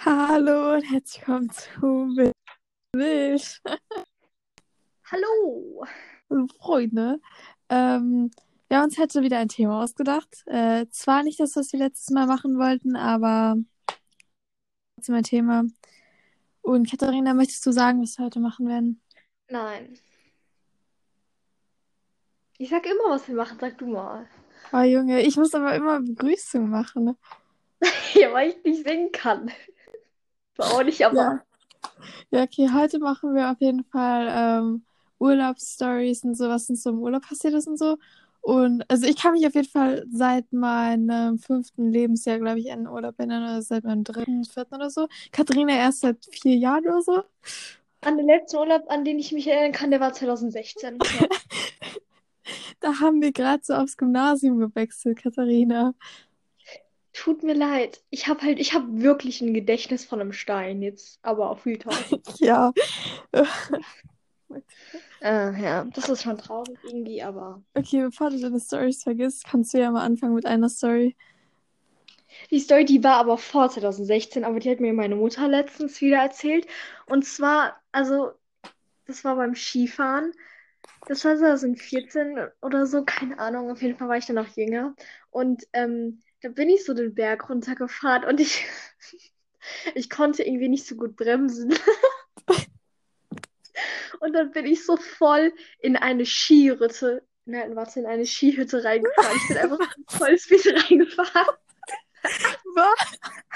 Hallo und herzlich willkommen zu Wild. Hallo. Freunde. Wir haben uns heute wieder ein Thema ausgedacht. Zwar nicht das, was wir letztes Mal machen wollten, aber trotzdem ein Thema. Und Katharina, möchtest du sagen, was wir heute machen werden? Nein. Ich sag immer, was wir machen, sag du mal. Oh Junge, ich muss aber immer Begrüßung machen. Ne? Ja, weil ich nicht singen kann. War auch nicht, aber. Ja. Ja, okay, heute machen wir auf jeden Fall Urlaubsstories und so, was uns so im Urlaub passiert ist und so. Und also ich kann mich auf jeden Fall seit meinem 5. Lebensjahr, glaube ich, an den Urlaub erinnern, oder seit meinem 3., 4. oder so. Katharina erst seit 4 Jahren oder so. An den letzten Urlaub, an den ich mich erinnern kann, der war 2016. Ja. Da haben wir gerade so aufs Gymnasium gewechselt, Katharina. Tut mir leid. Ich habe wirklich ein Gedächtnis von einem Stein jetzt, aber auf Real Talk. Ja. Ja, das ist schon traurig irgendwie, aber. Okay, bevor du deine Stories vergisst, kannst du ja mal anfangen mit einer Story. Die Story, die war aber vor 2016, aber die hat mir meine Mutter letztens wieder erzählt. Und zwar, also, das war beim Skifahren. Das war 2014 oder so, keine Ahnung. Auf jeden Fall war ich dann noch jünger. Und da bin ich so den Berg runtergefahren und ich konnte irgendwie nicht so gut bremsen. Und dann bin ich so voll in eine Skihütte, nein, warte, in eine Skihütte reingefahren. Ich bin einfach voll Speed reingefahren. Was?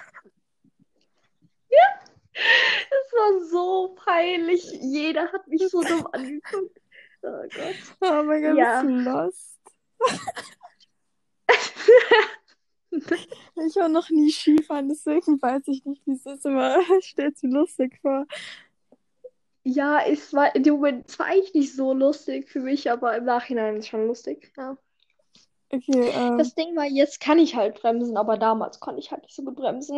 Es war so peinlich. Jeder hat mich so dumm angeguckt. Oh Gott. Oh mein Gott, bist du Ja. lost? Ich war noch nie Skifahren, deswegen weiß ich nicht, wie es ist, aber ich stell's mir lustig vor. Ja, es war in dem Moment zwar eigentlich nicht so lustig für mich, aber im Nachhinein ist schon lustig. Ja. Okay, Das Ding war, jetzt kann ich halt bremsen, aber damals konnte ich halt nicht so gut bremsen.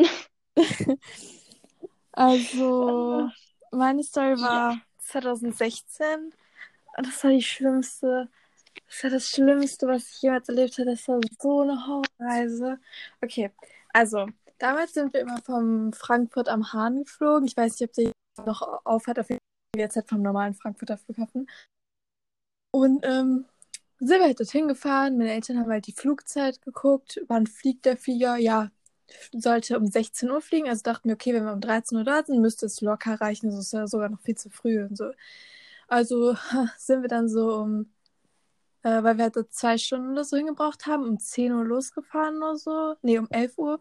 also meine Story Ja. war 2016 und das war das Schlimmste, was ich jemals erlebt habe. Das war so eine Horrorreise. Okay, also damals sind wir immer vom Frankfurt am Hahn geflogen. Ich weiß nicht, ob der noch aufhat, auf jeden Fall jetzt vom normalen Frankfurter Flughafen. Und sind wir halt dorthin gefahren. Meine Eltern haben halt die Flugzeit geguckt. Wann fliegt der Flieger? Ja, sollte um 16 Uhr fliegen. Also dachten wir, okay, wenn wir um 13 Uhr da sind, müsste es locker reichen. Das ist ja sogar noch viel zu früh und so. Also sind wir dann so weil wir halt so 2 Stunden oder so hingebraucht haben, um 10 Uhr losgefahren oder so. Nee, um 11 Uhr.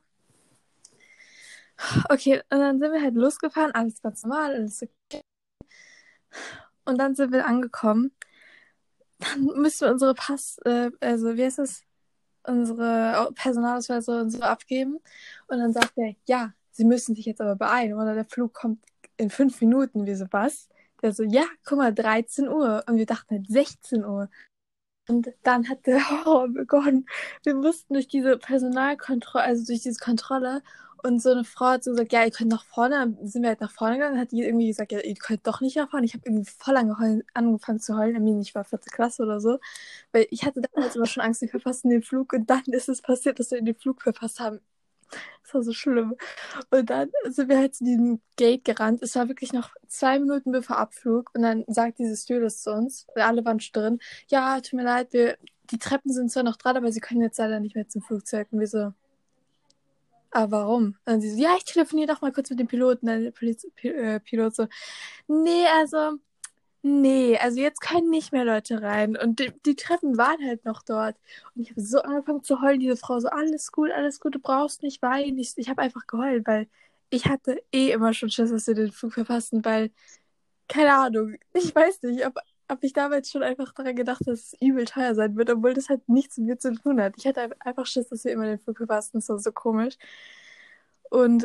Okay, und dann sind wir halt losgefahren. Alles ganz normal, alles okay. Und dann sind wir angekommen. Dann müssen wir unsere also wie heißt das? Unsere Personalausweise und so abgeben. Und dann sagt er, ja, Sie müssen sich jetzt aber beeilen, oder der Flug kommt in 5 Minuten. Wir so, was? Der so, ja, guck mal, 13 Uhr. Und wir dachten halt 16 Uhr. Und dann hat der Horror begonnen. Wir mussten durch diese Personalkontrolle, also durch diese Kontrolle. Und so eine Frau hat so gesagt, ja, ihr könnt nach vorne. Dann sind wir halt nach vorne gegangen. Hat die irgendwie gesagt, ja, ihr könnt doch nicht nach vorne. Ich habe irgendwie voll angefangen zu heulen. Ich war 4. Klasse oder so. Weil ich hatte damals immer schon Angst, wir verpassen den Flug. Und dann ist es passiert, dass wir den Flug verpasst haben. Das war so schlimm. Und dann sind wir halt zu diesem Gate gerannt. Es war wirklich noch 2 Minuten bevor Abflug. Und dann sagt diese Stewardess zu uns, wir alle waren schon drin, ja, tut mir leid, die Treppen sind zwar noch dran, aber sie können jetzt leider nicht mehr zum Flugzeug. Und wir so, ah, warum? Und dann sie so, ja, ich telefoniere doch mal kurz mit dem Piloten. Dann der Pilot so, nee, also jetzt können nicht mehr Leute rein. Und die Treppen waren halt noch dort. Und ich habe so angefangen zu heulen, diese Frau so, alles gut, du brauchst nicht weinen. Ich habe einfach geheult, weil ich hatte eh immer schon Schiss, dass wir den Flug verpassen, weil, keine Ahnung, ich weiß nicht, ob ich damals schon einfach daran gedacht, dass es übel teuer sein wird, obwohl das halt nichts mit mir zu tun hat. Ich hatte einfach Schiss, dass wir immer den Flug verpassen. Das war so komisch. Und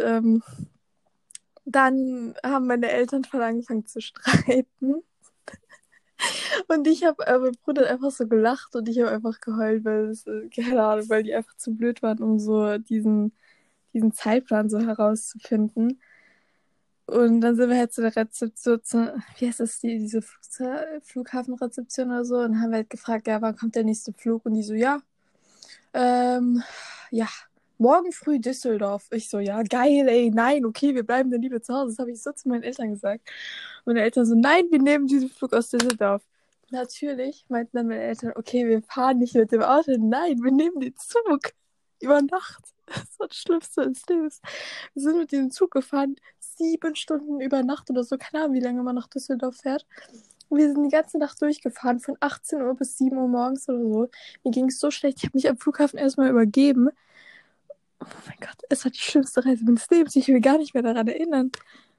dann haben meine Eltern voll angefangen zu streiten. Und ich habe, mein Bruder hat einfach so gelacht und ich habe einfach geheult, weil es, keine Ahnung, weil die einfach zu blöd waren, um so diesen Zeitplan so herauszufinden. Und dann sind wir halt zu der Rezeption, wie heißt das, diese Flughafenrezeption oder so, und haben halt gefragt, ja, wann kommt der nächste Flug? Und die so, ja, ähm, ja, morgen früh Düsseldorf. Ich so, ja, geil, ey, nein, okay, wir bleiben dann lieber zu Hause. Das habe ich so zu meinen Eltern gesagt. Und meine Eltern so, nein, wir nehmen diesen Flug aus Düsseldorf. Natürlich meinten dann meine Eltern, okay, wir fahren nicht mit dem Auto. Nein, wir nehmen den Zug. Über Nacht. Das war das Schlimmste des Lebens. Wir sind mit dem Zug gefahren, 7 Stunden über Nacht oder so. Keine Ahnung, wie lange man nach Düsseldorf fährt. Und wir sind die ganze Nacht durchgefahren, von 18 Uhr bis 7 Uhr morgens oder so. Mir ging es so schlecht, ich habe mich am Flughafen erstmal übergeben. Oh mein Gott, es war die schlimmste Reise meines Lebens. Ich will gar nicht mehr daran erinnern.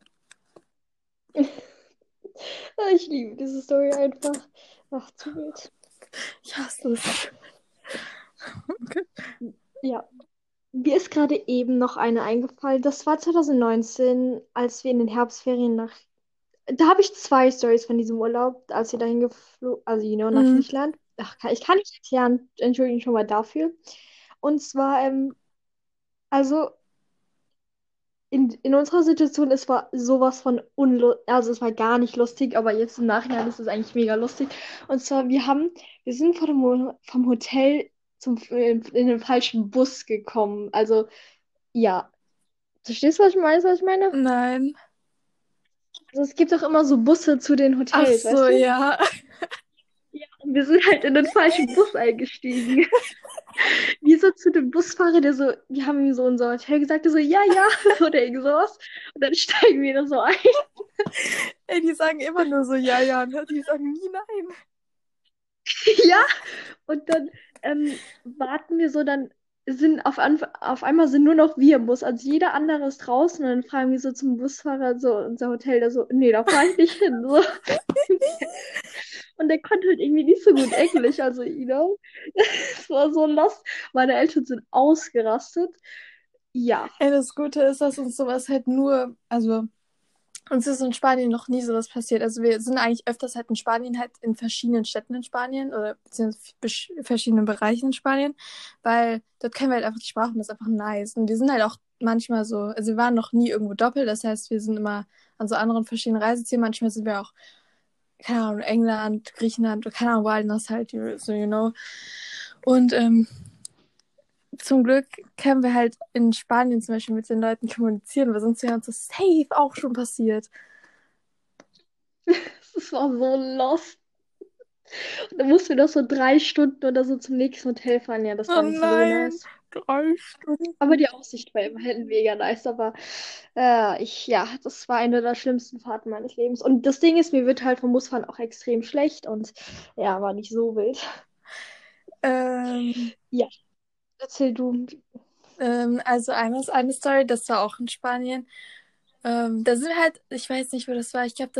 Ich liebe diese Story einfach. Ach, zu wild. Ich hasse es. Okay. Ja. Mir ist gerade eben noch eine eingefallen. Das war 2019, als wir in den Herbstferien nach. Da habe ich zwei Stories von diesem Urlaub, als wir dahin geflogen, also nach Mhm. Griechenland. Ach, ich kann nicht erklären, entschuldigen schon mal dafür. Und zwar, also in unserer Situation, es war sowas von also es war gar nicht lustig, aber jetzt im Nachhinein ist es eigentlich mega lustig. Und zwar, wir sind vom Hotel in den falschen Bus gekommen. Also, ja. Verstehst du, was ich meine? Nein. Also es gibt auch immer so Busse zu den Ach Hotels, so, weißt du? ja. Ja, und wir sind halt in den falschen Bus eingestiegen. Wir so zu dem Busfahrer, wir haben ihm so unser Hotel gesagt, der so, ja, ja, oder irgend sowas. Und dann steigen wir da so ein. Ey, die sagen immer nur so ja, ja, ne? Die sagen nie nein. Ja, und dann warten wir so, dann auf einmal sind nur noch wir im Bus. Also jeder andere ist draußen und dann fragen wir so zum Busfahrer, so unser Hotel, der so, nee, da fahre ich nicht hin. So. Und der konnte halt irgendwie nicht so gut Englisch, also, Es war so lost. Meine Eltern sind ausgerastet. Ja. Ey, das Gute ist, dass uns sowas halt nur, also uns ist in Spanien noch nie sowas passiert. Also wir sind eigentlich öfters halt in Spanien, halt in verschiedenen Städten in Spanien oder beziehungsweise verschiedenen Bereichen in Spanien, weil dort kennen wir halt einfach die Sprache und das ist einfach nice. Und wir sind halt auch manchmal so, also wir waren noch nie irgendwo doppelt, das heißt, wir sind immer an so anderen verschiedenen Reisezielen. Manchmal sind wir auch, keine Ahnung, England, Griechenland, keine Ahnung, wo das halt, so, you know. Und zum Glück können wir halt in Spanien zum Beispiel mit den Leuten kommunizieren, weil sonst wäre uns das safe auch schon passiert. Es war so lost. Und dann mussten wir noch so 3 Stunden oder so zum nächsten Hotel fahren. Ja, das Oh war nicht so nein, nice. 3 Stunden. Aber die Aussicht war immerhin mega nice. Aber ja, das war eine der schlimmsten Fahrten meines Lebens. Und das Ding ist, mir wird halt vom Busfahren auch extrem schlecht und ja, war nicht so wild. Ähm, Ja, erzähl du. also eine Story, das war auch in Spanien. Da sind wir halt, ich weiß nicht, wo das war. Ich glaube,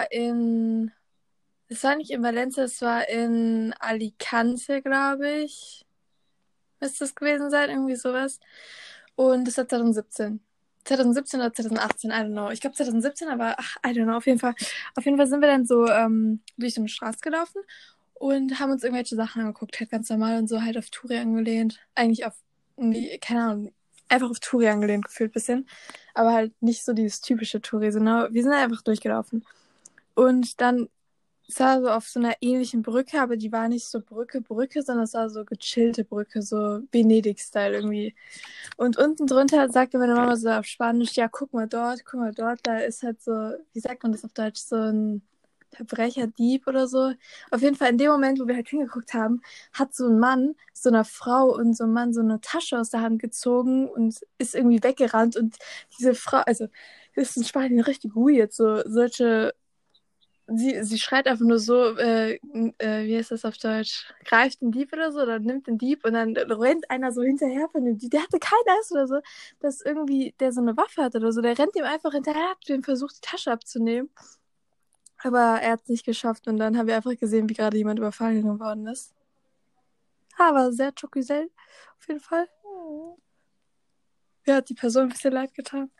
das war nicht in Valencia, das war in Alicante, glaube ich. Müsste es gewesen sein, irgendwie sowas. Und das war 2017. 2017 oder 2018, I don't know. Ich glaube 2017, aber ach, I don't know, auf jeden Fall. Auf jeden Fall sind wir dann so durch so eine Straße gelaufen und haben uns irgendwelche Sachen angeguckt, halt ganz normal und so halt auf Touri angelehnt. Eigentlich auf, keine Ahnung, einfach auf Touri angelehnt gefühlt bisschen. Aber halt nicht so dieses typische Touri, sondern wir sind einfach durchgelaufen. Und dann es war so auf so einer ähnlichen Brücke, aber die war nicht so Brücke, sondern es war so gechillte Brücke, so Venedig-Style irgendwie. Und unten drunter sagte meine Mama so auf Spanisch, ja, guck mal dort, da ist halt so, wie sagt man das auf Deutsch, so ein Verbrecher, Dieb oder so. Auf jeden Fall in dem Moment, wo wir halt hingeguckt haben, hat so ein Mann, so einer Frau und so ein Mann so eine Tasche aus der Hand gezogen und ist irgendwie weggerannt und diese Frau, also das ist in Spanien richtig weird, so solche sie schreit einfach nur so, wie heißt das auf Deutsch? Greift den Dieb oder so, oder nimmt den Dieb und dann rennt einer so hinterher von dem Dieb. Der hatte keinen Angst oder so, dass irgendwie der so eine Waffe hat oder so. Der rennt ihm einfach hinterher, hat dem versucht, die Tasche abzunehmen. Aber er hat es nicht geschafft und dann haben wir einfach gesehen, wie gerade jemand überfallen geworden ist. Aber sehr schockisell, auf jeden Fall. Mir hat die Person ein bisschen leid getan.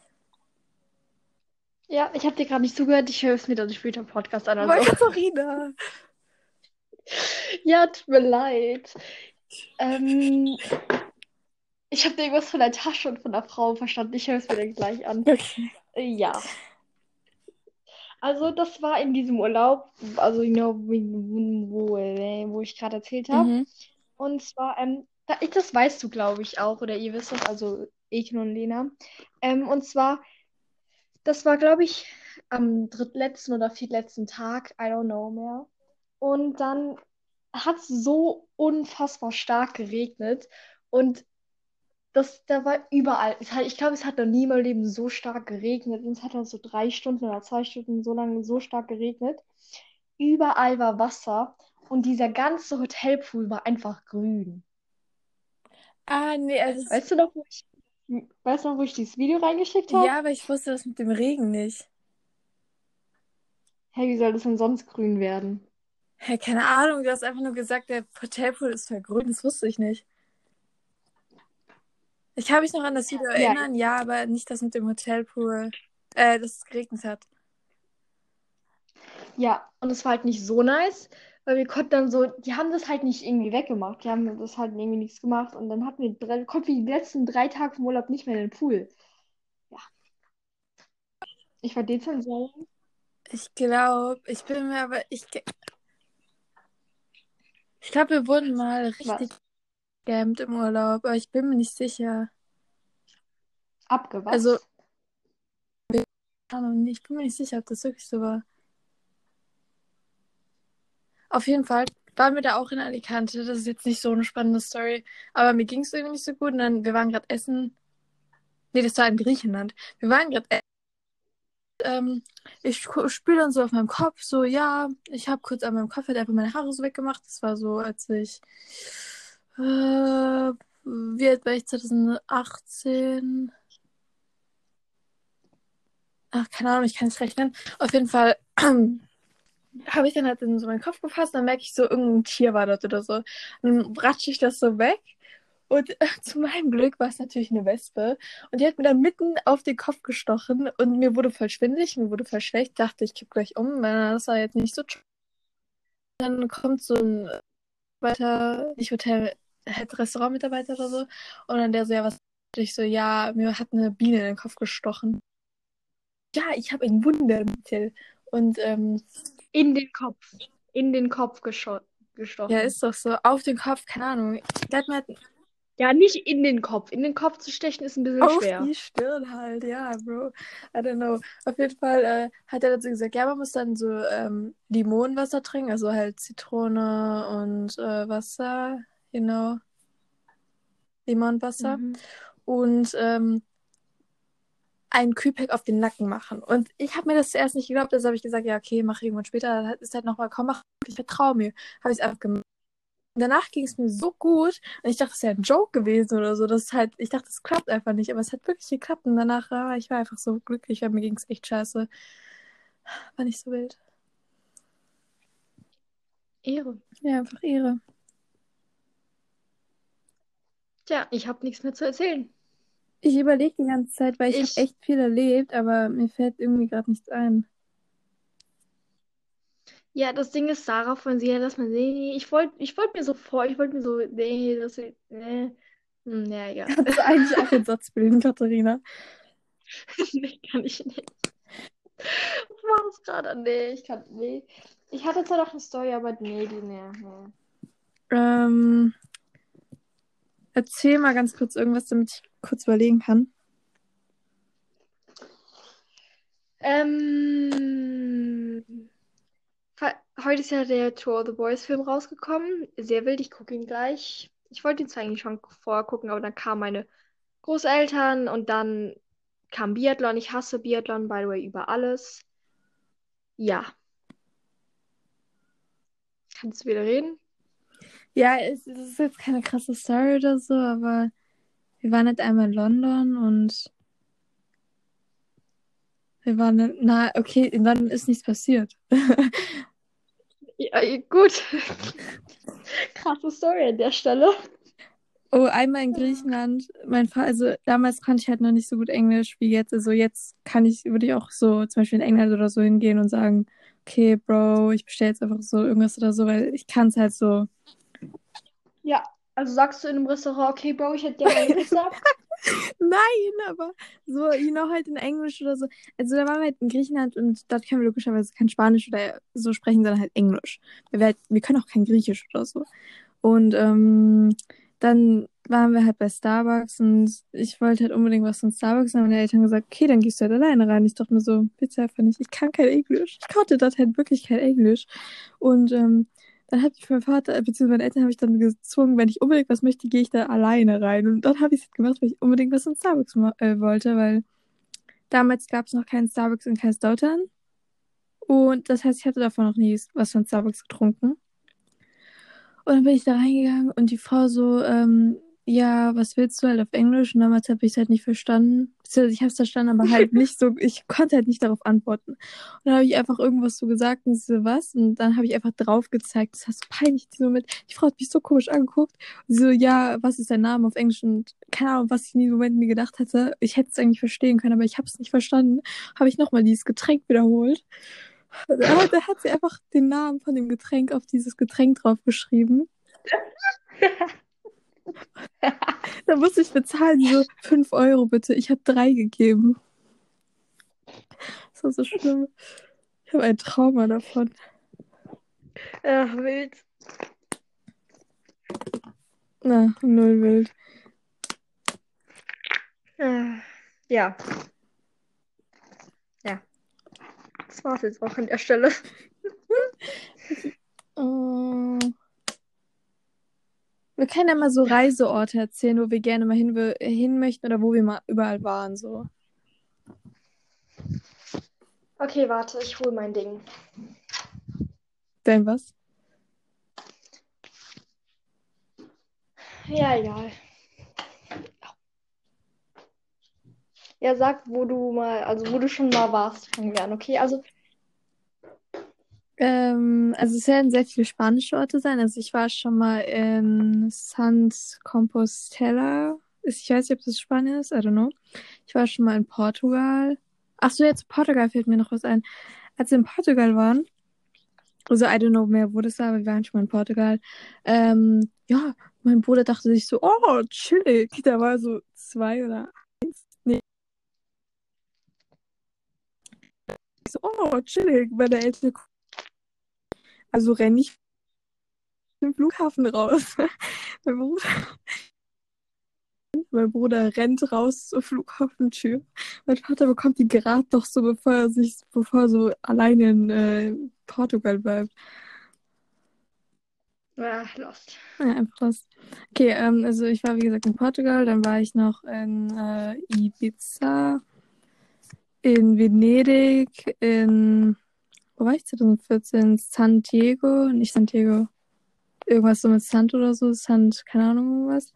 Ja, ich habe dir gerade nicht zugehört. Ich höre es mir dann später im Podcast an. Aber Also. Katharina. Ja, tut mir leid. Ähm, Ich habe irgendwas von der Tasche und von der Frau verstanden. Ich höre es mir dann gleich an. Okay. Ja. Also das war in diesem Urlaub, also wo ich gerade erzählt habe. Mhm. Und zwar, Das weißt du, glaube ich, auch, oder ihr wisst das, also Eken und Lena. Und zwar, das war, glaube ich, am drittletzten oder viertletzten Tag, I don't know mehr. Und dann hat es so unfassbar stark geregnet. Und da war überall. Ich glaube, es hat noch nie in meinem Leben so stark geregnet. Und es hat dann so 3 Stunden oder 2 Stunden so lange so stark geregnet. Überall war Wasser. Und dieser ganze Hotelpool war einfach grün. Ah, nee, Weißt du noch, weißt du noch, wo ich dieses Video reingeschickt habe? ja, aber ich wusste das mit dem Regen nicht. Hey, wie soll das denn sonst grün werden? Hä, keine Ahnung, du hast einfach nur gesagt, der Hotelpool ist vergrünt, das wusste ich nicht. Ich kann mich noch an das Video Ja, erinnern, ja, aber nicht das mit dem Hotelpool, dass es geregnet hat. ja. Und es war halt nicht so nice, weil wir konnten dann so, die haben das halt nicht irgendwie weggemacht. Die haben das halt irgendwie nichts gemacht. Und dann konnten wir die letzten 3 Tage vom Urlaub nicht mehr in den Pool. Ja, ich war dezent sauer. Ich glaube, ich glaube, wir wurden mal richtig Was? gescammt im Urlaub, aber ich bin mir nicht sicher. Also, Abgewasst? keine Ahnung, ich bin mir nicht sicher, ob das wirklich so war. Auf jeden Fall waren wir da auch in Alicante. Das ist jetzt nicht so eine spannende Story, aber mir ging es irgendwie nicht so gut. Und dann, wir waren gerade essen. Nee, das war in Griechenland. Wir waren gerade ich spüre dann so auf meinem Kopf, so, ja, ich habe kurz an meinem Kopf halt einfach meine Haare so weggemacht. Das war so, als ich, wie alt war ich, 2018? Ach, keine Ahnung, ich kann nicht rechnen. Auf jeden Fall habe ich dann halt in so meinen Kopf gefasst, dann merke ich so, irgendein Tier war dort oder so. Und dann ratsche ich das so weg. Und zu meinem Glück war es natürlich eine Wespe. Und die hat mir dann mitten auf den Kopf gestochen und mir wurde voll schwindelig, mir wurde voll schlecht. Dachte, ich kipp gleich um, weil das war jetzt nicht so. Dann kommt so ein weiter, nicht Hotel, halt Restaurantmitarbeiter oder so. Und dann der so, ja, was? Ich so, ja, mir hat eine Biene in den Kopf gestochen. Ja, ich habe ein Wundermittel. Und In den Kopf. In den Kopf ja, gestochen. ist doch so. Auf den Kopf, keine Ahnung. Der hat mir halt Ja, nicht in den Kopf. In den Kopf zu stechen ist ein bisschen auf schwer. die Stirn halt, ja, Bro. I don't know. Auf jeden Fall hat er dazu gesagt, ja, man muss dann so Limonenwasser trinken, also halt Zitrone und Wasser, genau, Limonenwasser. Mhm. Und einen Kühlpack auf den Nacken machen. Und ich habe mir das zuerst nicht geglaubt, also habe ich gesagt, ja, okay, mache ich irgendwann später. Dann ist halt nochmal, komm, mach, ich vertraue mir. Habe ich es einfach gemacht. Und danach ging es mir so gut. Und ich dachte, das wäre ein Joke gewesen oder so. Das halt, ich dachte, das klappt einfach nicht. Aber es hat wirklich geklappt. Und danach, ich war einfach so glücklich, weil mir ging es echt scheiße. War nicht so wild. Ehre. Ja, einfach Ehre. Tja, ich habe nichts mehr zu erzählen. Ich überlege die ganze Zeit, weil ich habe Ich, echt viel erlebt, aber mir fällt irgendwie gerade nichts ein. ja, das Ding ist, Sarah von sie, dass man, nee, ich wollte mir so, nee, nee, ja, egal. Kannst du eigentlich auch einen Satz bilden, Katharina? Nee, kann ich nicht. Ich mach es gerade, nee, nee. Ich hatte zwar noch eine Story, aber nee, nee. Ähm, erzähl mal ganz kurz irgendwas, damit ich kurz überlegen kann. Ähm, Heute ist ja der To All the Boys Film rausgekommen. Sehr wild, ich gucke ihn gleich. Ich wollte ihn zwar eigentlich schon vorher gucken, aber dann kamen meine Großeltern und dann kam Biathlon. Ich hasse Biathlon, by the way, über alles. Ja, kannst du wieder reden? Ja, es ist jetzt keine krasse Story oder so, aber wir waren halt einmal in London und wir waren, na, okay, in London ist nichts passiert. Ja, gut. Krasse Story an der Stelle. Oh, einmal in Griechenland. Mein Vater, also damals konnte ich halt noch nicht so gut Englisch wie jetzt. Also jetzt würde ich auch so zum Beispiel in England oder so hingehen und sagen, okay, Bro, ich bestelle jetzt einfach so irgendwas oder so, weil ich kann es halt so. Ja, also sagst du in einem Restaurant, okay, Bro, ich hätte gerne eine Pizza. Nein, aber so, halt in Englisch oder so. Also da waren wir halt in Griechenland und dort können wir logischerweise kein Spanisch oder so sprechen, sondern halt Englisch. Wir können auch kein Griechisch oder so. Und dann waren wir halt bei Starbucks und ich wollte halt unbedingt was von Starbucks. Und dann haben meine Eltern gesagt, okay, dann gehst du halt alleine rein. Ich dachte mir so, bitte einfach nicht, ich kann kein Englisch. Ich konnte dort halt wirklich kein Englisch. Und dann hat mich mein Vater, beziehungsweise meine Eltern habe ich dann gezwungen, wenn ich unbedingt was möchte, gehe ich da alleine rein. Und dann habe ich es halt gemacht, weil ich unbedingt was von Starbucks wollte, weil damals gab es noch keinen Starbucks in Kaiserslautern. Und das heißt, ich hatte davon noch nie was von Starbucks getrunken. Und dann bin ich da reingegangen und die Frau so, ja, was willst du halt auf Englisch? Und damals habe ich es halt nicht verstanden. Beziehungsweise ich habe es verstanden, aber halt nicht so, ich konnte halt nicht darauf antworten. Und dann habe ich einfach irgendwas so gesagt und sie so, was? Und dann habe ich einfach drauf gezeigt. Das war so peinlich, die, so mit, die Frau hat mich so komisch angeguckt. Und sie so, ja, was ist dein Name auf Englisch? Und keine Ahnung, was ich in diesem Moment mir gedacht hätte. Ich hätte es eigentlich verstehen können, aber ich habe es nicht verstanden. Habe ich nochmal dieses Getränk wiederholt. Da hat sie einfach den Namen von dem Getränk auf dieses Getränk draufgeschrieben. Da musste ich bezahlen, so 5 Euro bitte. Ich habe 3 gegeben. Das war so schlimm. Ich habe ein Trauma davon. Ach, wild. Na, null wild. Ja. Ja. Das war's jetzt auch an der Stelle. Wir können ja mal so Reiseorte erzählen, wo wir gerne mal hin möchten oder wo wir mal überall waren. So. Okay, warte, ich hole mein Ding. Denn was? Ja, egal. Ja, sag, wo du schon mal warst, fangen wir an, okay? Also es werden sehr viele spanische Orte sein. Also ich war schon mal in Sant Compostela. Ich weiß nicht, ob das Spanien ist. I don't know. Ich war schon mal in Portugal. Ach so, jetzt Portugal fällt mir noch was ein. Als wir in Portugal waren, also I don't know mehr, wo das war, aber wir waren schon mal in Portugal. Ja, mein Bruder dachte sich so, oh, chillig. Da war so 2 oder 1. Nee, so, oh, chillig. Meine Eltern, also renne ich den Flughafen raus. Mein Bruder, mein Bruder rennt raus zur Flughafentür. Mein Vater bekommt die gerade noch so, bevor er so alleine in Portugal bleibt. Ja, lost. Ja, einfach das. Okay, also ich war wie gesagt in Portugal, dann war ich noch in Ibiza, in Venedig, wo war ich 2014? San Diego, nicht San Diego, irgendwas so mit Sant oder so, keine Ahnung was.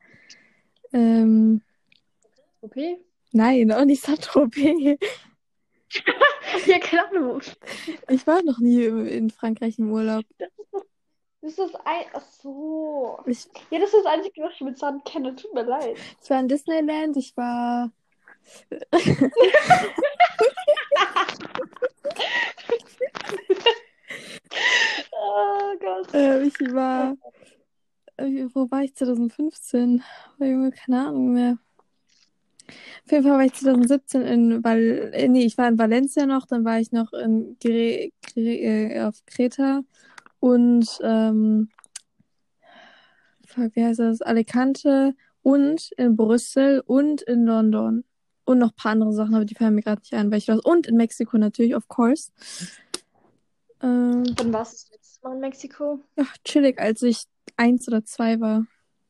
Okay. Nein, auch nicht Saint-Tropez. Ja, keine Ahnung. Ich war noch nie in Frankreich im Urlaub. Das ist Ach so. Ich, Ja, das ist das Einzige, was ich mit Sand kenne. Tut mir leid. ich war in Disneyland, ich war. Oh Gott. Ich war. Wo war ich 2015? Oh, Junge, keine Ahnung mehr. Auf jeden Fall war ich 2017 nee, ich war in Valencia noch, dann war ich noch in auf Kreta und fuck, wie heißt das? Alicante und in Brüssel und in London. Und noch ein paar andere Sachen, aber die fallen mir gerade nicht ein, weil ich was. Und in Mexiko natürlich, of course. Wann warst du das letzte Mal in Mexiko? Ja, chillig, als ich 1 oder 2 war.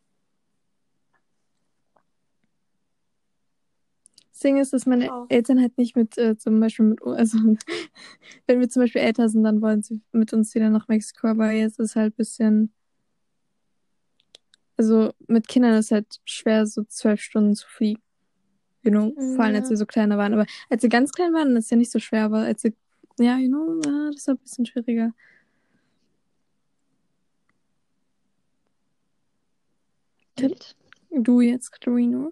Das Ding ist, dass meine Eltern halt nicht mit, zum Beispiel also wenn wir zum Beispiel älter sind, dann wollen sie mit uns wieder nach Mexiko, aber jetzt ist halt ein bisschen, also mit Kindern ist halt schwer, so 12 Stunden zu fliegen. Vor allem, als wir so kleiner waren. Aber als wir ganz klein waren, ist es ja nicht so schwer, aber als wir, ja, das war ein bisschen schwieriger. Du jetzt, Katharina?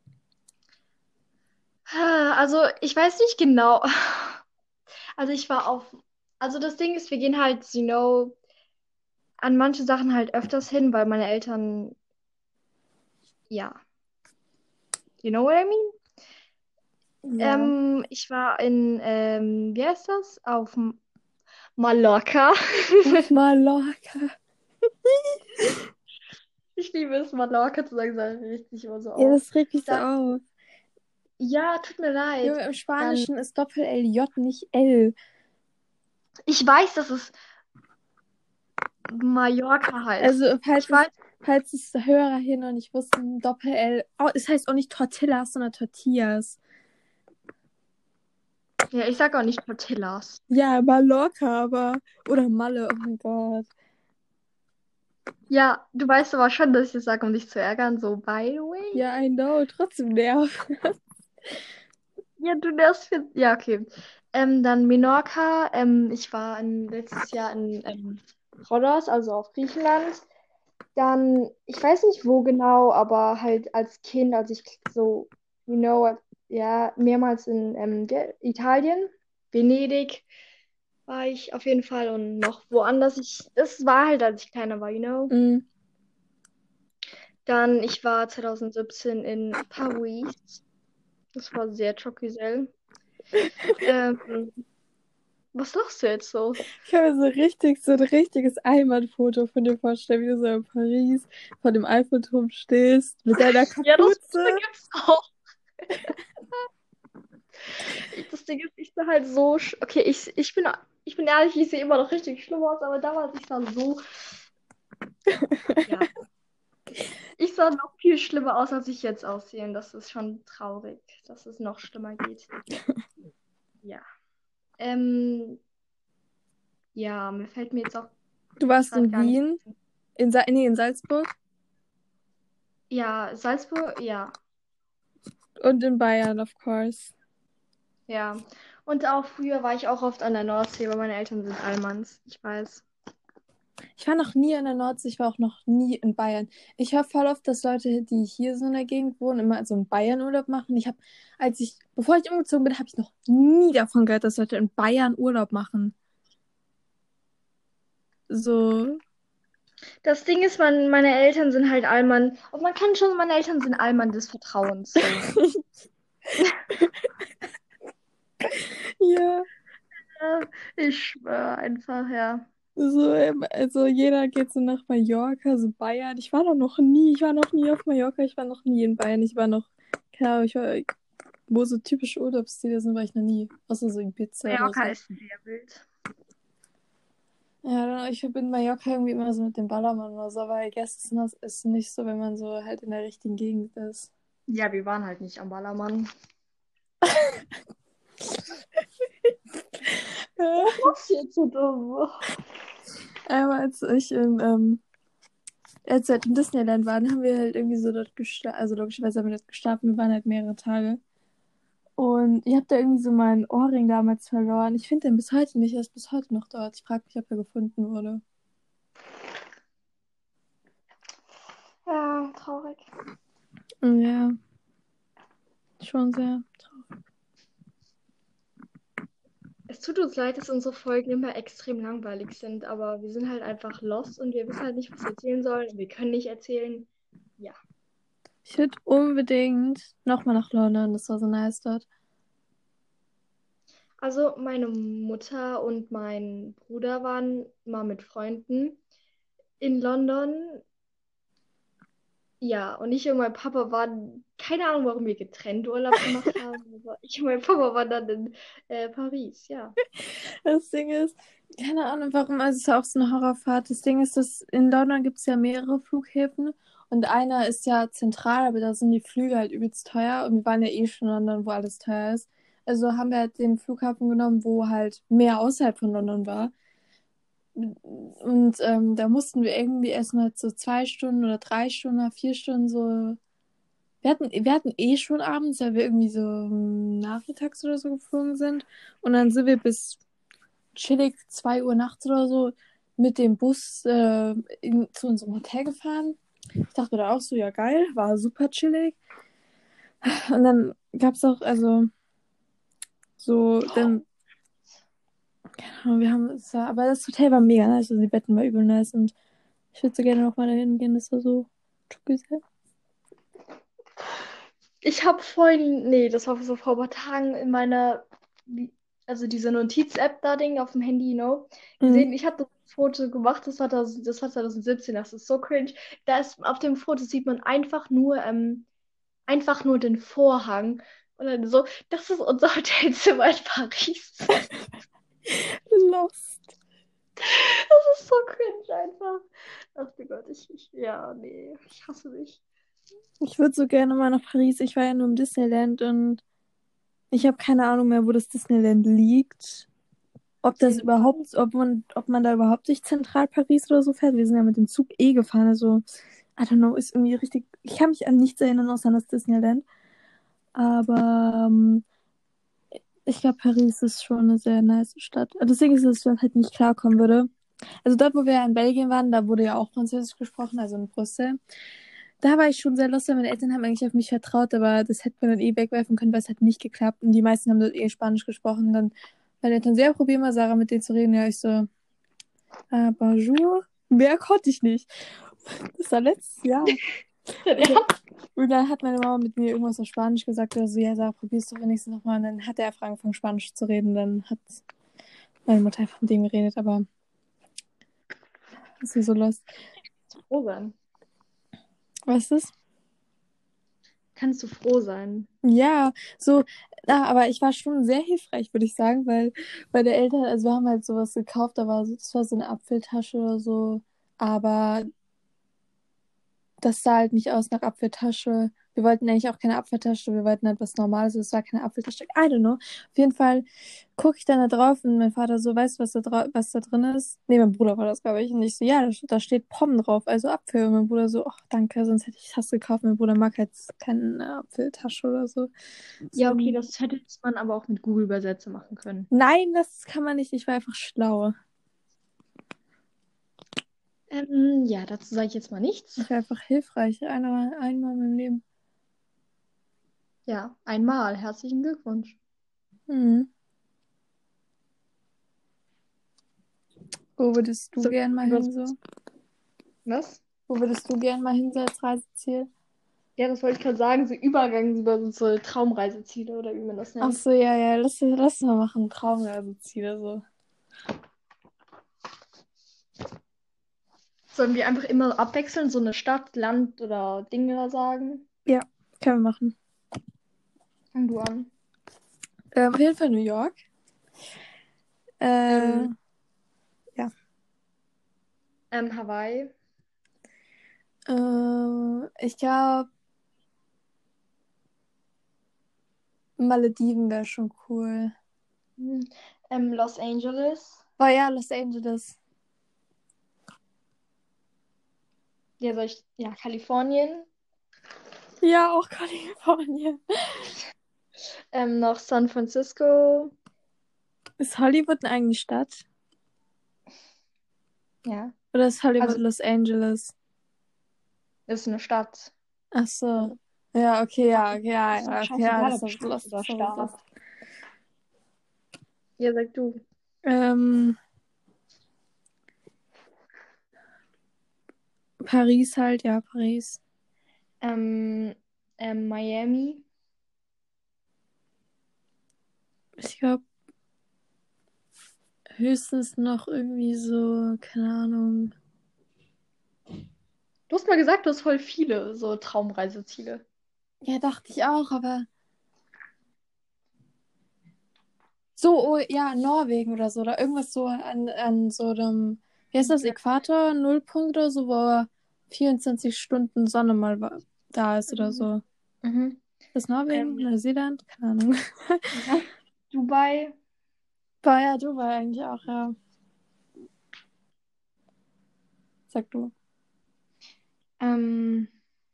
Also, ich weiß nicht genau. Also, ich war auf. Also, das Ding ist, wir gehen halt, an manche Sachen halt öfters hin, weil meine Eltern, ja. You know what I mean? Ja. Ich war in, wie heißt das? Auf Mallorca. Auf Mallorca. Ich liebe es, Mallorca zu sagen, sage ich richtig immer so Ja, auf. das regt mich so Dann, auf. ja, tut mir leid. Junge, im Dann, Spanischen ist Doppel-L-J nicht L. ich weiß, dass es Mallorca heißt. Also, Ich weiß, falls es Hörer hier noch nicht wussten, Doppel-L. Oh, es heißt auch nicht Tortillas, sondern Tortillas. ja, ich sag auch nicht Tortillas. Ja, Mallorca, aber. Oder Malle, oh mein Gott. Ja, du weißt aber schon, dass ich das sage, um dich zu ärgern, so, by the way. Ja, I know, trotzdem nervt. Ja, du nervst für. Ja, okay. Dann Menorca. Ich war letztes Jahr in Rhodos, also auf Griechenland. Dann, ich weiß nicht wo genau, aber halt als Kind, als ich so, ja, mehrmals in Italien, Venedig war ich auf jeden Fall und noch woanders. Das war halt, als ich kleiner war, Mm. Dann, ich war 2017 in Paris. Das war sehr schockierend. Ähm, Was lachst du jetzt so? Ich kann mir so ein richtiges Einwandfoto von dir vorstellen, wie du so in Paris vor dem Eiffelturm stehst, mit deiner Ja, das Kapuze. gibt's auch. Das Ding ist, ich sah halt so. Okay, ich bin ehrlich, ich sehe immer noch richtig schlimm aus, aber damals, ich sah so. Ja. Ich sah noch viel schlimmer aus, als ich jetzt aussehe. Und das ist schon traurig, dass es noch schlimmer geht. Ja. Ähm, ja, mir jetzt auch Du warst gerade in gar nicht. Wien, in Salzburg Ja, Salzburg, ja. und in Bayern, of course. Ja. Und auch früher war ich auch oft an der Nordsee, weil meine Eltern sind Allmanns. Ich weiß. Ich war noch nie in der Nordsee, ich war auch noch nie in Bayern. Ich höre voll oft, dass Leute, die hier so in der Gegend wohnen, immer so einen Bayern-Urlaub machen. Bevor ich umgezogen bin, habe ich noch nie davon gehört, dass Leute in Bayern Urlaub machen. So, Das Ding ist, meine Eltern sind halt Allmann. Und man kann schon, meine Eltern sind Allmann des Vertrauens. So. ja, Ja, ich schwöre einfach, ja. so, also jeder geht so nach Mallorca, so Bayern. Ich war noch nie auf Mallorca, ich war noch nie in Bayern, keine Ahnung, wo so typische Urlaubsziele sind, war ich noch nie. Außer so Ibiza oder Mallorca so. ist sehr wild. Ja, ich verbinde Mallorca irgendwie immer so mit dem Ballermann oder so, aber I guess das ist nicht so, wenn man so halt in der richtigen Gegend ist. Ja, wir waren halt nicht am Ballermann. Was jetzt so dumm? Aber als wir halt in Disneyland waren, haben wir halt irgendwie so dort gestartet, also logischerweise haben wir dort gestartet, wir waren halt mehrere Tage. Und ich habe da irgendwie so meinen Ohrring damals verloren. Ich finde den bis heute nicht, er ist bis heute noch dort. Ich frage mich, ob er gefunden wurde. Ja, traurig. Ja, schon sehr traurig. Es tut uns leid, dass unsere Folgen immer extrem langweilig sind, aber wir sind halt einfach lost und wir wissen halt nicht, was wir erzählen sollen. Und wir können nicht erzählen. Ja. Ich würde unbedingt nochmal nach London, das war so nice dort. Also meine Mutter und mein Bruder waren mal mit Freunden in London. Ja, und ich und mein Papa waren, keine Ahnung, warum wir getrennt Urlaub gemacht haben, aber ich und mein Papa waren dann in Paris, ja. Das Ding ist, keine Ahnung warum, also es ist ja auch so eine Horrorfahrt. Das Ding ist, dass in London gibt es ja mehrere Flughäfen und einer ist ja zentral, aber da sind die Flüge halt übelst teuer und wir waren ja eh schon in London, wo alles teuer ist. Also haben wir halt den Flughafen genommen, wo halt mehr außerhalb von London war. Und da mussten wir irgendwie erstmal so 2 Stunden oder 3 Stunden oder 4 Stunden so. Wir hatten eh schon abends, weil wir irgendwie so nachmittags oder so geflogen sind. Und dann sind wir bis chillig 2 Uhr nachts oder so mit dem Bus zu unserem Hotel gefahren. Ich dachte da auch so, ja geil, war super chillig. Und dann gab es auch, also so, dann, keine Ahnung, aber das Hotel war mega nice, also die Betten waren übel nice und ich würde so gerne nochmal dahin gehen, das war so sehr. Ich habe vorhin, nee, das war so vor ein paar Tagen in meiner also diese Notiz-App da Ding auf dem Handy, Mhm. gesehen. Ich habe das Foto gemacht, das war 2017, das ist so cringe. Auf dem Foto sieht man einfach nur den Vorhang. Und dann so, das ist unser Hotelzimmer in Paris. Lost. Das ist so cringe einfach. Ach du Gott, ja, nee, ich hasse mich. Ich würde so gerne mal nach Paris. Ich war ja nur im Disneyland und ich habe keine Ahnung mehr, wo das Disneyland liegt. Ob das In überhaupt, ob man da überhaupt durch Zentral Paris oder so fährt. Wir sind ja mit dem Zug gefahren. Also, I don't know, ist irgendwie richtig. Ich kann mich an nichts erinnern, außer an das Disneyland. Aber ich glaube, Paris ist schon eine sehr nice Stadt. Deswegen ist es, dass ich halt nicht klarkommen würde. Also dort, wo wir ja in Belgien waren, da wurde ja auch Französisch gesprochen, also in Brüssel. Da war ich schon sehr lustig. Meine Eltern haben eigentlich auf mich vertraut, aber das hätte man dann wegwerfen können, weil es hat nicht geklappt. Und die meisten haben dort Spanisch gesprochen. Dann meine Eltern so, ja, probier mal, Sarah, mit denen zu reden. Ja, ich so, bonjour. Mehr konnte ich nicht. Das war letztes Jahr. Dein Ernst? Und dann hat meine Mama mit mir irgendwas auf Spanisch gesagt. Oder so, ja, Sarah, probier's doch wenigstens nochmal. Und dann hat er einfach angefangen, Spanisch zu reden. Dann hat meine Mutter einfach mit dem geredet, aber das ist so lost. Froh sein. Was ist das? Kannst du froh sein? Ja, so, aber ich war schon sehr hilfreich, würde ich sagen, weil bei der Eltern, also wir haben halt sowas gekauft, das war so eine Apfeltasche oder so, aber das sah halt nicht aus nach Apfeltasche. Wir wollten eigentlich auch keine Apfeltasche, wir wollten halt was Normales, es war keine Apfeltasche. I don't know. Auf jeden Fall gucke ich dann da drauf und mein Vater so, weißt du, was da drin ist? Nee, mein Bruder war das, glaube ich. Und ich so, ja, da steht Pommes drauf, also Apfel. Und mein Bruder so, ach, danke, sonst hätte ich das gekauft. Mein Bruder mag halt keine Apfeltasche oder so. Ja, okay, Deswegen, das hätte man aber auch mit Google-Übersetzer machen können. nein, das kann man nicht. Ich war einfach schlau. Ja, dazu sage ich jetzt mal nichts. Ich war einfach hilfreich. Einmal in meinem Leben. Ja, einmal. Herzlichen Glückwunsch. Hm. Wo würdest du So, gern mal hin, so? was? Wo würdest du gern mal hin, so als Reiseziel? Ja, das wollte ich gerade sagen, so Übergang über so Traumreiseziele oder wie man das Ach nennt. so, ja, ja, lass mal machen. Traumreiseziele, so. Sollen wir einfach immer abwechseln, so eine Stadt, Land oder Dinge sagen? Ja, können wir machen. Fang du an. Auf jeden Fall New York. Ähm, Ja. Hawaii. Ich glaube, Malediven wäre schon cool. Hm, Los Angeles. Oh ja, Los Angeles. Ja, ja, Kalifornien. Ja, auch Kalifornien. Noch San Francisco. Ist Hollywood eine eigene Stadt? Ja. Oder ist Hollywood Also, Los Angeles? ist eine Stadt. Ach so. So. Ja, okay, ja, okay, ja, Ist doch ja, okay, ja, scheißegal, das ob ist Stadt lost, oder das ist Staat. lost. Ja, sag du. Ähm, Paris halt, ja, Paris. Ähm, Miami. Ich glaube, höchstens noch irgendwie so, keine Ahnung. Du hast mal gesagt, du hast voll viele so Traumreiseziele. Ja, dachte ich auch, aber so, oh, ja, Norwegen oder so, oder irgendwas so an so einem, wie heißt das, Ja. Äquator, Nullpunkt oder so, wo 24 Stunden Sonne mal da ist oder Mhm. so. Mhm. Ist das Norwegen? Ähm, Neuseeland? Keine Ahnung. ja. Dubai. War ja, du war eigentlich auch, ja. Sag du. Ähm,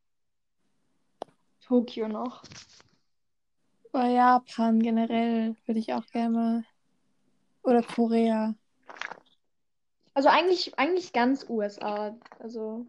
Tokio noch. War Japan generell würde ich auch gerne mal. Oder Korea. Also eigentlich ganz USA. Also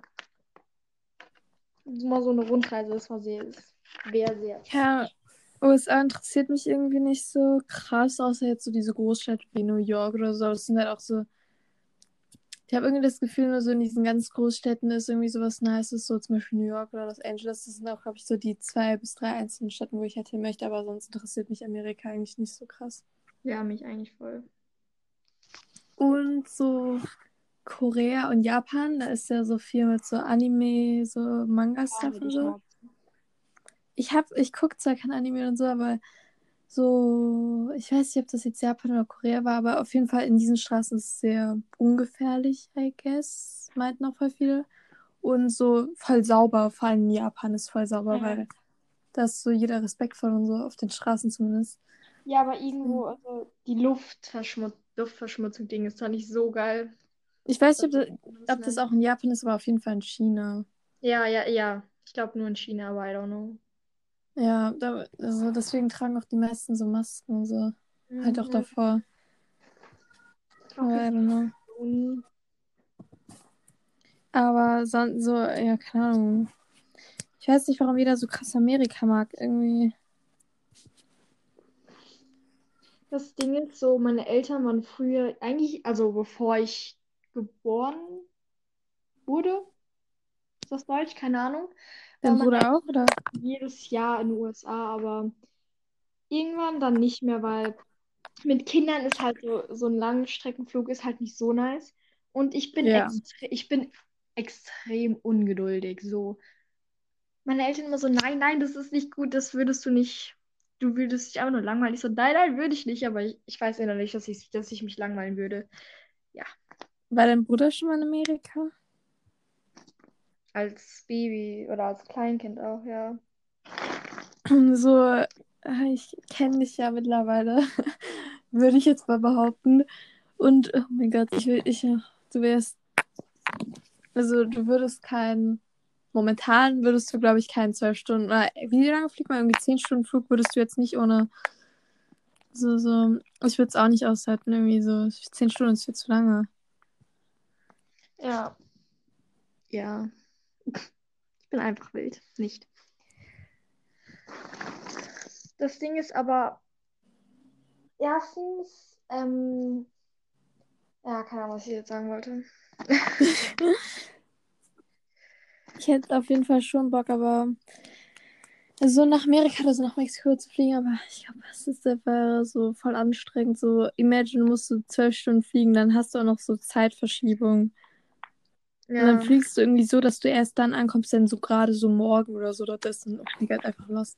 mal so eine Rundreise, wäre sehr Ja, lustig. USA interessiert mich irgendwie nicht so krass, außer jetzt so diese Großstädte wie New York oder so. Aber das sind halt auch so. Ich habe irgendwie das Gefühl, nur so in diesen ganz Großstädten ist irgendwie sowas Nices, so zum Beispiel New York oder Los Angeles. Das sind auch, glaube ich, so die 2 bis 3 einzelnen Städten, wo ich halt hin möchte, aber sonst interessiert mich Amerika eigentlich nicht so krass. Ja, mich eigentlich voll. Und so Korea und Japan, da ist ja so viel mit so Anime, so Gar Manga-Stuff nicht, und ich so. mag. Ich gucke zwar kein Anime und so, aber so, ich weiß nicht, ob das jetzt Japan oder Korea war, aber auf jeden Fall in diesen Straßen ist es sehr ungefährlich, I guess, meinten auch voll viele. Und so voll sauber, vor allem in Japan ist voll sauber, Ja. weil da ist so jeder respektvoll und so, auf den Straßen zumindest. Ja, aber irgendwo, also die Luftverschmutzung-Ding ist zwar nicht so geil. Ich weiß nicht, Also, wie man das ob das nennt. auch in Japan ist, aber auf jeden Fall in China. Ja, ja, ja. Ich glaube nur in China, aber I don't know. Ja, also deswegen tragen auch die meisten so Masken und so. Halt auch Mhm. davor. Auf Aber jeden I don't know. Fall. Aber so, ja, keine Ahnung. Ich weiß nicht, warum jeder so krass Amerika mag. Irgendwie. Das Ding ist so, meine Eltern waren früher, eigentlich, also bevor ich geboren wurde, ist das Deutsch? Keine Ahnung. Dein Waren meine Bruder auch, oder? Eltern jedes Jahr in den USA, aber irgendwann dann nicht mehr, weil mit Kindern ist halt so ein Langstreckenflug ist halt nicht so nice. Und Ja. ich bin extrem ungeduldig. So, meine Eltern immer so, nein, nein, das ist nicht gut, das würdest du nicht. Du würdest dich einfach nur langweilen. Ich so, nein, nein, würde ich nicht, aber ich weiß innerlich, dass ich mich langweilen würde. Ja, War dein Bruder schon mal in Amerika? als Baby oder als Kleinkind auch, ja. So, ich kenne dich ja mittlerweile. Würde ich jetzt mal behaupten. Und, oh mein Gott, du wärst, also du würdest momentan würdest du, glaube ich, keinen 12 Stunden, oder wie lange fliegt man? Irgendwie 10 Stunden Flug würdest du jetzt nicht ohne, ich würde es auch nicht aushalten, irgendwie so, 10 Stunden ist viel zu lange. Ja, ja. Ich bin einfach wild. Nicht. Das Ding ist aber, erstens, ja, keine Ahnung, was ich jetzt sagen wollte. Ich hätte auf jeden Fall schon Bock, aber also so nach Amerika oder so nach Mexiko zu fliegen, aber ich glaube, das ist einfach so voll anstrengend. So, imagine, du musst du 12 Stunden fliegen, dann hast du auch noch so Zeitverschiebung. Und dann Ja, fliegst du irgendwie so, dass du erst dann ankommst, wenn so gerade so morgen oder so dort ist. Und ich halt einfach lost.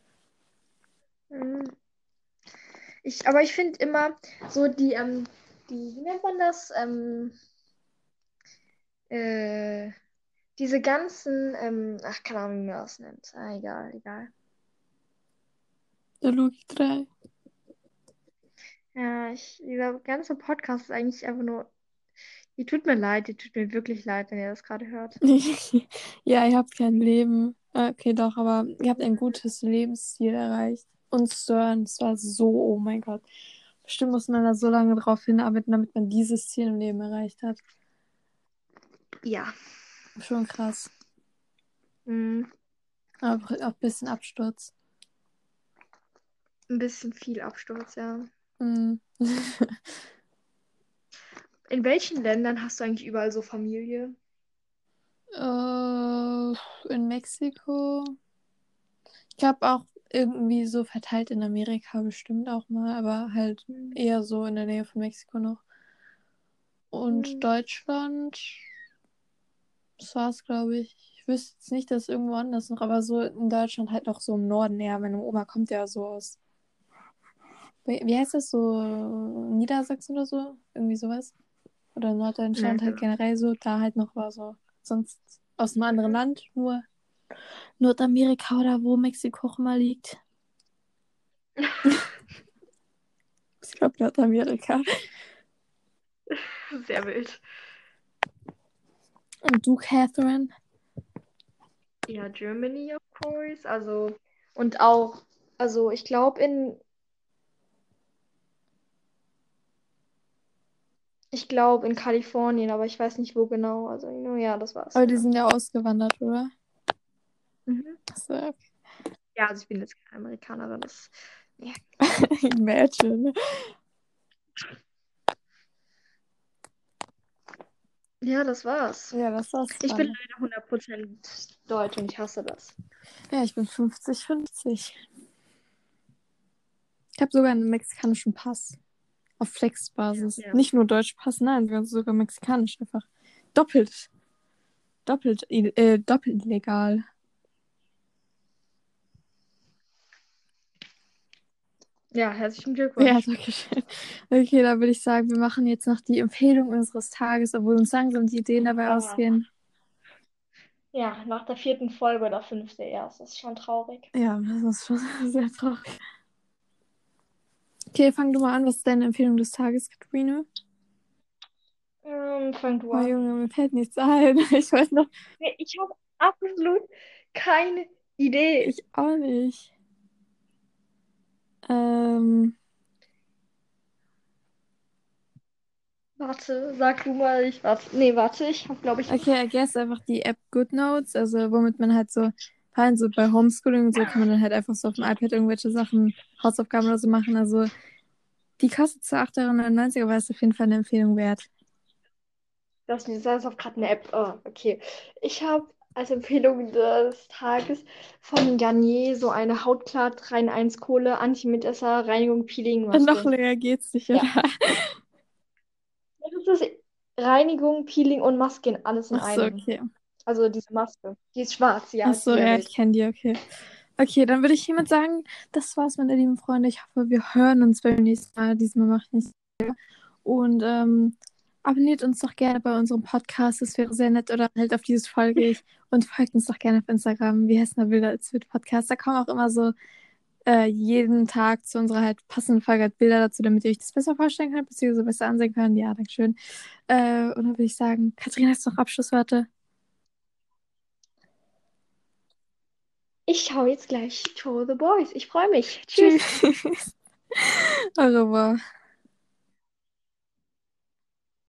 mm. Aber ich finde immer so wie nennt man das? Äh, diese ganzen, ach, keine Ahnung, wie man das nennt. Ah, egal, egal. Der Logi 3. Ja, dieser ganze Podcast ist eigentlich einfach nur, ihr tut mir wirklich leid, wenn ihr das gerade hört. Ja, ihr habt kein Leben. Okay, doch, aber ihr habt ein gutes Lebensziel erreicht. Und CERN, das war so, oh mein Gott. Bestimmt muss man da so lange drauf hinarbeiten, damit man dieses Ziel im Leben erreicht hat. Ja. Schon krass. Mm, Aber auch ein bisschen Absturz. ein bisschen viel Absturz, ja. Mm. In welchen Ländern hast du eigentlich überall so Familie? äh, in Mexiko. Ich glaube auch irgendwie so verteilt in Amerika bestimmt auch mal, aber halt Hm. eher so in der Nähe von Mexiko noch. Und Hm. Deutschland, das war's, glaube ich. Ich wüsste jetzt nicht, dass irgendwo anders noch, aber so in Deutschland halt auch so im Norden. Ja, meine Oma kommt ja so aus. Wie heißt das so? Niedersachsen oder so? Irgendwie sowas. Oder Ja, Norddeutschland halt genau. generell so. Da halt noch war so. Sonst aus einem anderen Mhm. Land, nur Nordamerika oder wo Mexiko auch immer liegt. Ich glaube Nordamerika. Sehr wild. Und du, Catherine? Ja, Germany, of course. Also, und auch, also ich glaube in Kalifornien, aber ich weiß nicht wo genau. Also, nur ja, das war's, Aber die ja. sind ja ausgewandert, oder? Mhm. Achso, okay. Ja, also ich bin jetzt keine Amerikanerin, das, ja. Imagine. Ja, das war's. Ja, das war's Ich bin dann. leider 100% deutsch und ich hasse das. Ja, ich bin 50-50. Ich habe sogar einen mexikanischen Pass. Auf Flex-Basis. Ja. Nicht nur Deutschpass, nein, sogar mexikanisch einfach. Doppelt. Doppelt illegal. Ja, herzlichen Ja, Glückwunsch. danke schön. Okay, da würde ich sagen, wir machen jetzt noch die Empfehlung unseres Tages, obwohl uns langsam die Ideen dabei ausgehen. Ja, nach der 4. Folge oder 5. erst. Das ist schon traurig. Ja, das ist schon sehr traurig. Okay, fang du mal an. Was ist deine Empfehlung des Tages, Katharina? Fang du Oh an. Junge, mir fällt nichts ein. Ich weiß noch, Nee, ich habe absolut keine Idee. ich auch nicht. Ähm, Warte, sag du mal, ich warte. Nee, warte, ich habe, glaube ich. okay, I guess einfach die App GoodNotes, also womit man halt so, vor allem so bei Homeschooling und so kann man dann halt einfach so auf dem iPad irgendwelche Sachen, Hausaufgaben oder so machen. Also die kostet zwar 8,99 €, aber ist auf jeden Fall eine Empfehlung wert. Das ist auf gerade eine App. Oh, okay. Ich habe als Empfehlung des Tages von Garnier so eine Hautklar 3 in 1 Kohle, Anti-Mitesser, Reinigung, Peeling, Noch Maske. länger geht's nicht, oder? Ja. Das ist Reinigung, Peeling und Maske alles in Ach so, einem. okay. Also diese Maske. Die ist schwarz, ja, Ach ist so, sehr ja, ich wild. kenne die, okay. Okay, dann würde ich hiermit sagen, das war's, meine lieben Freunde. Ich hoffe, wir hören uns beim nächsten Mal. Diesmal mache ich nicht. Und abonniert uns doch gerne bei unserem Podcast. Das wäre sehr nett. Oder halt auf dieses Folge ich. Und folgt uns doch gerne auf Instagram. Wie heißt der Bilder als wird Podcast? Da kommen auch immer so jeden Tag zu unserer halt passenden Folge halt Bilder dazu, damit ihr euch das besser vorstellen könnt, beziehungsweise besser ansehen könnt. Ja, danke schön. Und dann würde ich sagen, Katharina, hast du noch Abschlussworte? Ich schaue jetzt gleich To the Boys. Ich freue mich. Tschüss. Tschüss. Au revoir.